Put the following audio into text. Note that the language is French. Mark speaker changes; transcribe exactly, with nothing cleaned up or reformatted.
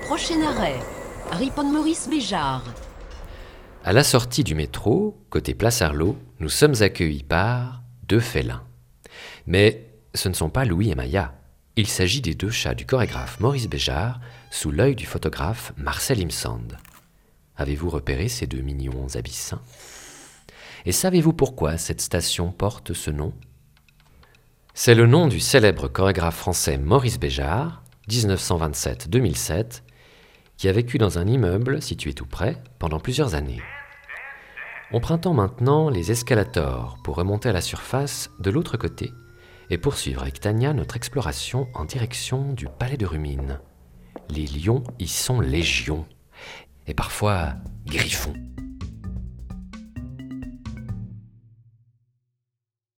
Speaker 1: Prochain arrêt, Ripon Maurice Béjart.
Speaker 2: À la sortie du métro, côté Place Arlot, nous sommes accueillis par deux félins. Mais ce ne sont pas Louis et Maya. Il s'agit des deux chats du chorégraphe Maurice Béjart sous l'œil du photographe Marcel Imsand. Avez-vous repéré ces deux mignons abyssins ? Et savez-vous pourquoi cette station porte ce nom ? C'est le nom du célèbre chorégraphe français Maurice Béjart, dix-neuf cent vingt-sept à deux mille sept, qui a vécu dans un immeuble situé tout près pendant plusieurs années. Empruntant maintenant les escalators pour remonter à la surface de l'autre côté et poursuivre avec Tania notre exploration en direction du palais de Rumine. Les lions y sont légions, et parfois griffons.